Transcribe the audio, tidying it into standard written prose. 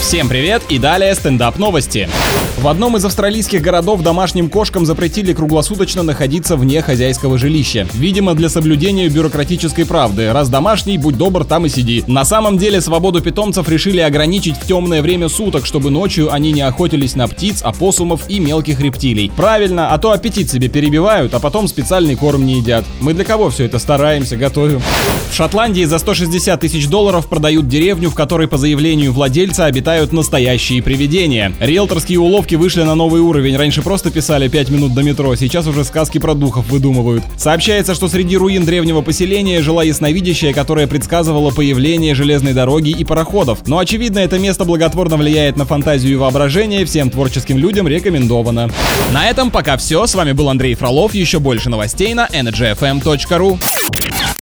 Всем привет и далее стендап новости. В одном из австралийских городов домашним кошкам запретили круглосуточно находиться вне хозяйского жилища. Видимо, для соблюдения бюрократической правды. Раз домашний, будь добр, там и сиди. На самом деле, свободу питомцев решили ограничить в темное время суток, чтобы ночью они не охотились на птиц, опоссумов и мелких рептилий. Правильно, а то аппетит себе перебивают, а потом специальный корм не едят. Мы для кого все это стараемся, готовим? В Шотландии за $160 тысяч продают деревню, в которой по заявлению владельца обитают настоящие привидения. Риэлторские уловки вышли на новый уровень. Раньше просто писали 5 минут до метро, сейчас уже сказки про духов выдумывают. Сообщается, что среди руин древнего поселения жила ясновидящая, которая предсказывала появление железной дороги и пароходов. Но очевидно, это место благотворно влияет на фантазию и воображение, всем творческим людям рекомендовано. На этом пока все. С вами был Андрей Фролов. Еще больше новостей на energyfm.ru.